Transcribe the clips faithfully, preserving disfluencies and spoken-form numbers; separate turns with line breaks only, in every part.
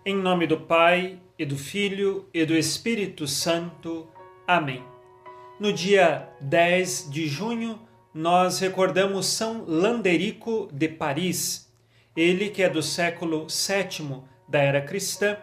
Em nome do Pai, e do Filho, e do Espírito Santo. Amém. No dia dez de junho, nós recordamos São Landerico de Paris. Ele, que é do século sétimo da era cristã,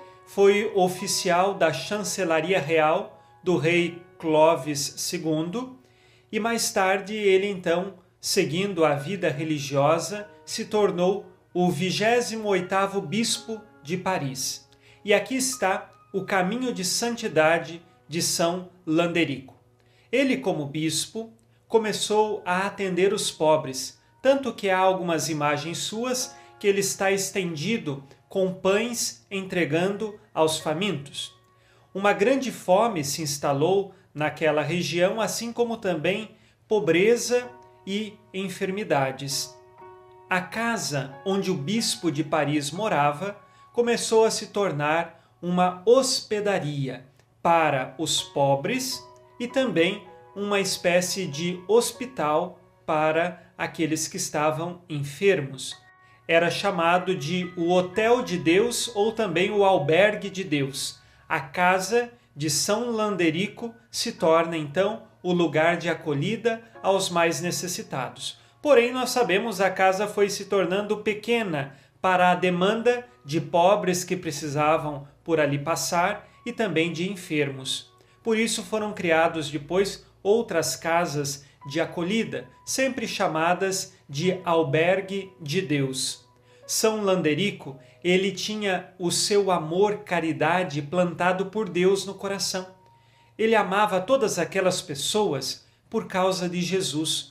foi oficial da chancelaria real do rei Clovis segundo, e mais tarde ele, então, seguindo a vida religiosa, se tornou o vigésimo oitavo bispo de Paris. E aqui está o caminho de santidade de São Landerico. Ele, como bispo, começou a atender os pobres, tanto que há algumas imagens suas que ele está estendido com pães entregando aos famintos. Uma grande fome se instalou naquela região, assim como também pobreza e enfermidades. A casa onde o bispo de Paris morava começou a se tornar uma hospedaria para os pobres e também uma espécie de hospital para aqueles que estavam enfermos. Era chamado de o Hotel de Deus ou também o Albergue de Deus. A casa de São Landerico se torna então o lugar de acolhida aos mais necessitados. Porém, nós sabemos que a casa foi se tornando pequena para a demanda de pobres que precisavam por ali passar e também de enfermos. Por isso foram criados depois outras casas de acolhida, sempre chamadas de Albergue de Deus. São Landerico, ele tinha o seu amor caridade plantado por Deus no coração. Ele amava todas aquelas pessoas por causa de Jesus.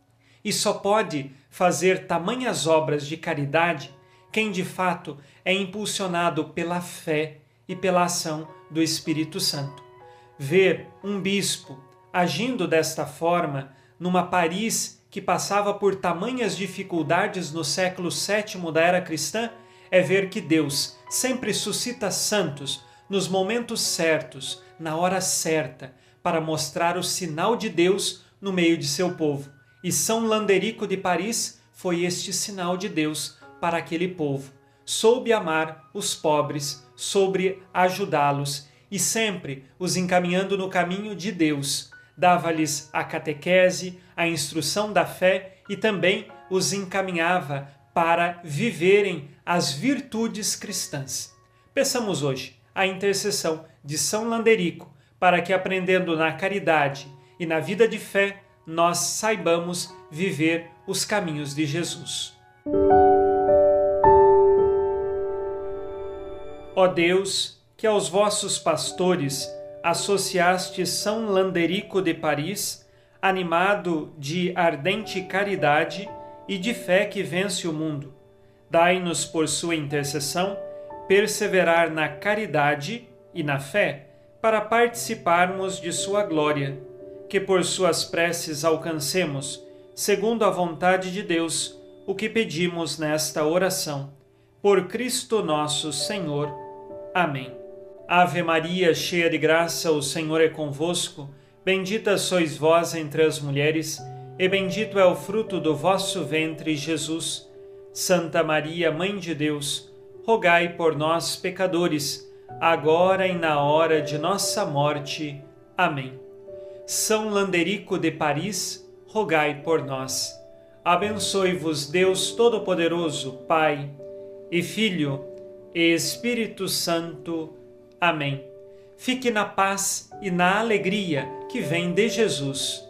E só pode fazer tamanhas obras de caridade quem de fato é impulsionado pela fé e pela ação do Espírito Santo. Ver um bispo agindo desta forma numa Paris que passava por tamanhas dificuldades no século sétimo da era cristã é ver que Deus sempre suscita santos nos momentos certos, na hora certa, para mostrar o sinal de Deus no meio de seu povo. E São Landerico de Paris foi este sinal de Deus para aquele povo. Soube amar os pobres, soube ajudá-los e sempre os encaminhando no caminho de Deus. Dava-lhes a catequese, a instrução da fé e também os encaminhava para viverem as virtudes cristãs. Peçamos hoje a intercessão de São Landerico para que, aprendendo na caridade e na vida de fé, nós saibamos viver os caminhos de Jesus. Ó Deus, que aos vossos pastores associaste São Landerico de Paris, animado de ardente caridade e de fé que vence o mundo, dai-nos por sua intercessão perseverar na caridade e na fé para participarmos de sua glória, que por suas preces alcancemos, segundo a vontade de Deus, o que pedimos nesta oração. Por Cristo nosso Senhor. Amém. Ave Maria, cheia de graça, o Senhor é convosco. Bendita sois vós entre as mulheres, e bendito é o fruto do vosso ventre, Jesus. Santa Maria, Mãe de Deus, rogai por nós, pecadores, agora e na hora de nossa morte. Amém. São Landerico de Paris, rogai por nós. Abençoe-vos Deus Todo-Poderoso, Pai e Filho e Espírito Santo. Amém. Fique na paz e na alegria que vem de Jesus.